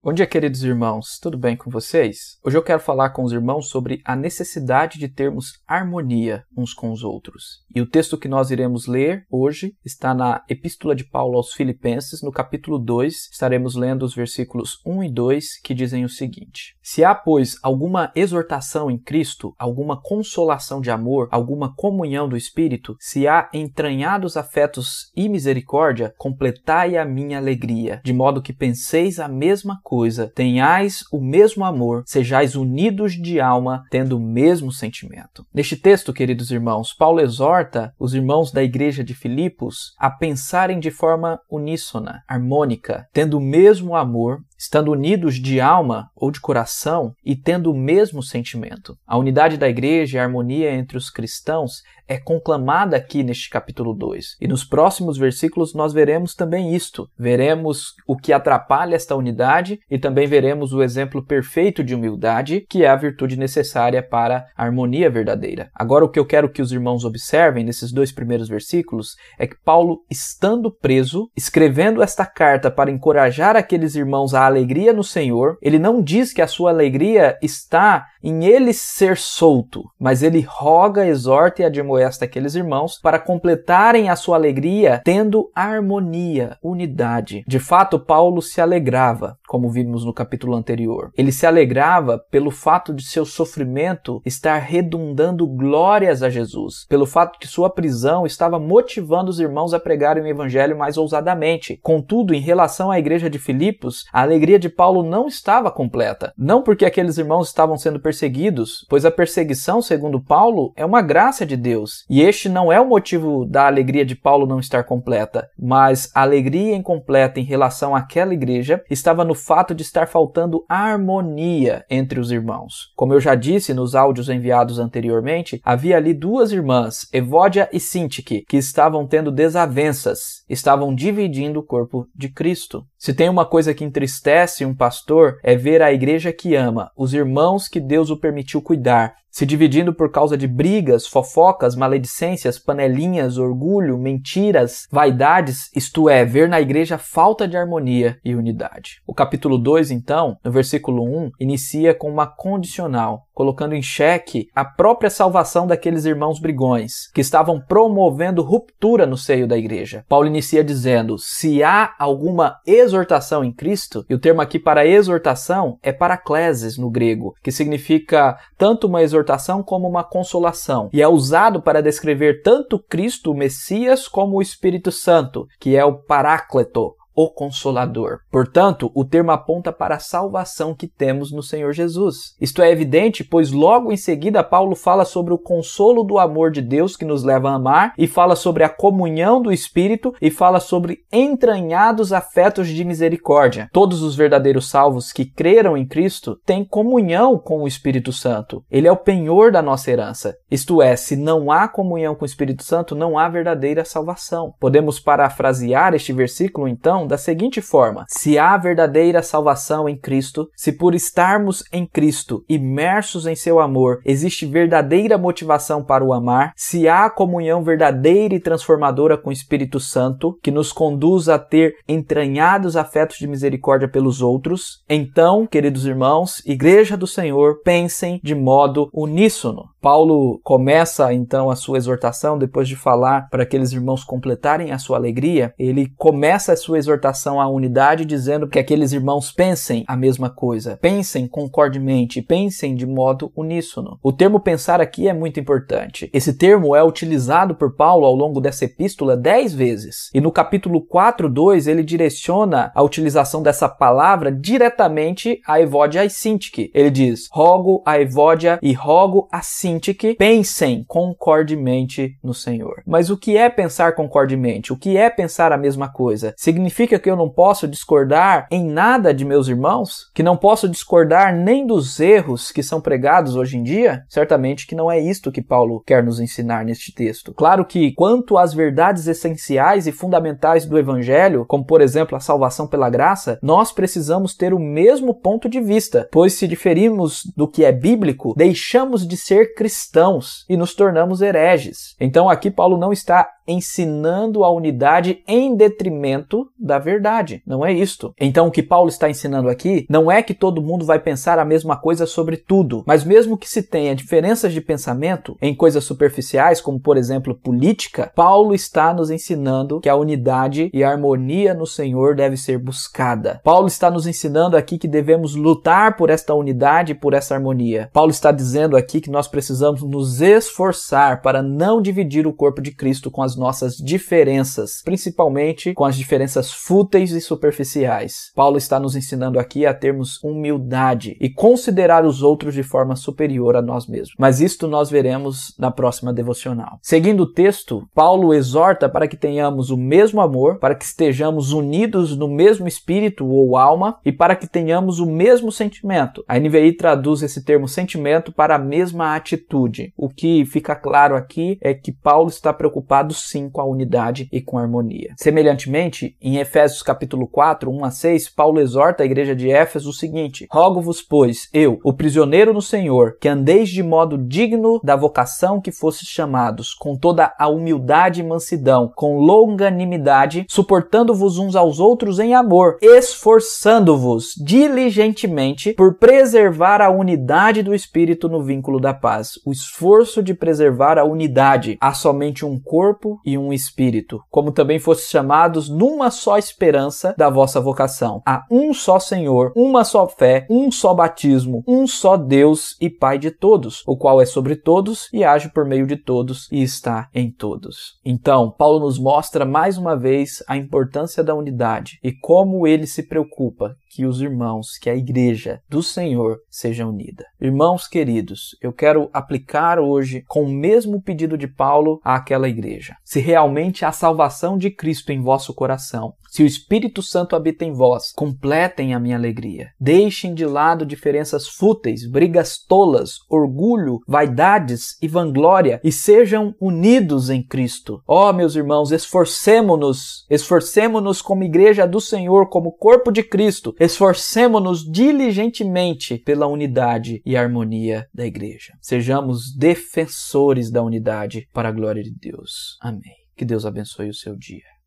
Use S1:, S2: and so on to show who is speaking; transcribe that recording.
S1: Bom dia, queridos irmãos, tudo bem com vocês? Hoje eu quero falar com os irmãos sobre a necessidade de termos harmonia uns com os outros. E o texto que nós iremos ler hoje está na Epístola de Paulo aos Filipenses, no capítulo 2, estaremos lendo os versículos 1 e 2, que dizem o seguinte: Se há, pois, alguma exortação em Cristo, alguma consolação de amor, alguma comunhão do Espírito, se há entranhados afetos e misericórdia, completai a minha alegria, de modo que penseis a mesma coisa, tenhais o mesmo amor, sejais unidos de alma, tendo o mesmo sentimento. Neste texto, queridos irmãos, Paulo exorta os irmãos da igreja de Filipos a pensarem de forma uníssona, harmônica, tendo o mesmo amor, estando unidos de alma ou de coração e tendo o mesmo sentimento. A unidade da igreja e a harmonia entre os cristãos é conclamada aqui neste capítulo 2. E nos próximos versículos nós veremos também isto. Veremos o que atrapalha esta unidade e também veremos o exemplo perfeito de humildade, que é a virtude necessária para a harmonia verdadeira. Agora, o que eu quero que os irmãos observem nesses dois primeiros versículos é que Paulo, estando preso, escrevendo esta carta para encorajar aqueles irmãos a alegria no Senhor, ele não diz que a sua alegria está em ele ser solto, mas ele roga, exorta e admoesta aqueles irmãos para completarem a sua alegria tendo harmonia, unidade. De fato, Paulo se alegrava, como vimos no capítulo anterior. Ele se alegrava pelo fato de seu sofrimento estar redundando glórias a Jesus, pelo fato que sua prisão estava motivando os irmãos a pregarem o evangelho mais ousadamente. Contudo, em relação à igreja de Filipos, a alegria de Paulo não estava completa. Não porque aqueles irmãos estavam sendo perseguidos, pois a perseguição, segundo Paulo, é uma graça de Deus. E este não é o motivo da alegria de Paulo não estar completa, mas a alegria incompleta em relação àquela igreja estava no fato de estar faltando harmonia entre os irmãos. Como eu já disse nos áudios enviados anteriormente, havia ali duas irmãs, Evódia e Sintique, que estavam tendo desavenças, estavam dividindo o corpo de Cristo. Se tem uma coisa que entristece um pastor, é ver a igreja que ama, os irmãos que Deus o permitiu cuidar, se dividindo por causa de brigas, fofocas, maledicências, panelinhas, orgulho, mentiras, vaidades, isto é, ver na igreja falta de harmonia e unidade. O capítulo 2, então, no versículo 1, inicia com uma condicional, colocando em xeque a própria salvação daqueles irmãos brigões, que estavam promovendo ruptura no seio da igreja. Paulo inicia dizendo, se há alguma exortação em Cristo, e o termo aqui para exortação é paraklesis no grego, que significa tanto uma exortação como uma consolação, e é usado para descrever tanto Cristo, o Messias, como o Espírito Santo, que é o Paráclito, o Consolador. Portanto, o termo aponta para a salvação que temos no Senhor Jesus. Isto é evidente, pois logo em seguida Paulo fala sobre o consolo do amor de Deus que nos leva a amar, e fala sobre a comunhão do Espírito, e fala sobre entranhados afetos de misericórdia. Todos os verdadeiros salvos que creram em Cristo têm comunhão com o Espírito Santo. Ele é o penhor da nossa herança. Isto é, se não há comunhão com o Espírito Santo, não há verdadeira salvação. Podemos parafrasear este versículo, então, da seguinte forma: se há verdadeira salvação em Cristo, se por estarmos em Cristo, imersos em seu amor, existe verdadeira motivação para o amar, se há comunhão verdadeira e transformadora com o Espírito Santo, que nos conduz a ter entranhados afetos de misericórdia pelos outros, então, queridos irmãos, Igreja do Senhor, pensem de modo uníssono. Paulo começa então a sua exortação, depois de falar para aqueles irmãos completarem a sua alegria, ele começa a sua exortação à unidade dizendo que aqueles irmãos pensem a mesma coisa, pensem concordemente, pensem de modo uníssono. O termo pensar aqui é muito importante. Esse termo é utilizado por Paulo ao longo dessa epístola 10 vezes. E no capítulo 4:2 ele direciona a utilização dessa palavra diretamente a Evódia e Sintique. Ele diz, rogo a Evódia e rogo a Sintique, pensem concordemente no Senhor. Mas o que é pensar concordemente? O que é pensar a mesma coisa? Significa que eu não posso discordar em nada de meus irmãos? Que não posso discordar nem dos erros que são pregados hoje em dia? Certamente que não é isto que Paulo quer nos ensinar neste texto. Claro que, quanto às verdades essenciais e fundamentais do Evangelho, como por exemplo a salvação pela graça, nós precisamos ter o mesmo ponto de vista, pois se diferimos do que é bíblico, deixamos de ser cristãos e nos tornamos hereges. Então aqui Paulo não está ensinando a unidade em detrimento da verdade. Não é isto. Então, o que Paulo está ensinando aqui não é que todo mundo vai pensar a mesma coisa sobre tudo, mas mesmo que se tenha diferenças de pensamento em coisas superficiais, como por exemplo política, Paulo está nos ensinando que a unidade e a harmonia no Senhor deve ser buscada. Paulo está nos ensinando aqui que devemos lutar por esta unidade e por essa harmonia. Paulo está dizendo aqui que nós precisamos nos esforçar para não dividir o corpo de Cristo com as nossas diferenças, principalmente com as diferenças fúteis e superficiais. Paulo está nos ensinando aqui a termos humildade e considerar os outros de forma superior a nós mesmos. Mas isto nós veremos na próxima devocional. Seguindo o texto, Paulo exorta para que tenhamos o mesmo amor, para que estejamos unidos no mesmo espírito ou alma e para que tenhamos o mesmo sentimento. A NVI traduz esse termo sentimento para a mesma atitude. O que fica claro aqui é que Paulo está preocupado sim com a unidade e com a harmonia. Semelhantemente, em Efésios capítulo 4, 1 a 6, Paulo exorta a igreja de Éfeso o seguinte: rogo-vos, pois, eu, o prisioneiro no Senhor, que andeis de modo digno da vocação que fostes chamados, com toda a humildade e mansidão, com longanimidade, suportando-vos uns aos outros em amor, esforçando-vos diligentemente por preservar a unidade do Espírito no vínculo da paz. O esforço de preservar a unidade. Há somente um corpo e um Espírito, como também fostes chamados numa só esperança da vossa vocação. Há um só Senhor, uma só fé, um só batismo, um só Deus e Pai de todos, o qual é sobre todos e age por meio de todos e está em todos. Então, Paulo nos mostra mais uma vez a importância da unidade e como ele se preocupa que os irmãos, que a igreja do Senhor seja unida. Irmãos queridos, eu quero aplicar hoje com o mesmo pedido de Paulo àquela igreja. Se realmente há salvação de Cristo em vosso coração, se o Espírito Santo habita em vós, completem a minha alegria. Deixem de lado diferenças fúteis, brigas tolas, orgulho, vaidades e vanglória e sejam unidos em Cristo. Ó, meus irmãos, esforcemo-nos como igreja do Senhor, como corpo de Cristo. Esforcemo-nos diligentemente pela unidade e harmonia da igreja. Sejamos defensores da unidade para a glória de Deus. Amém. Que Deus abençoe o seu dia.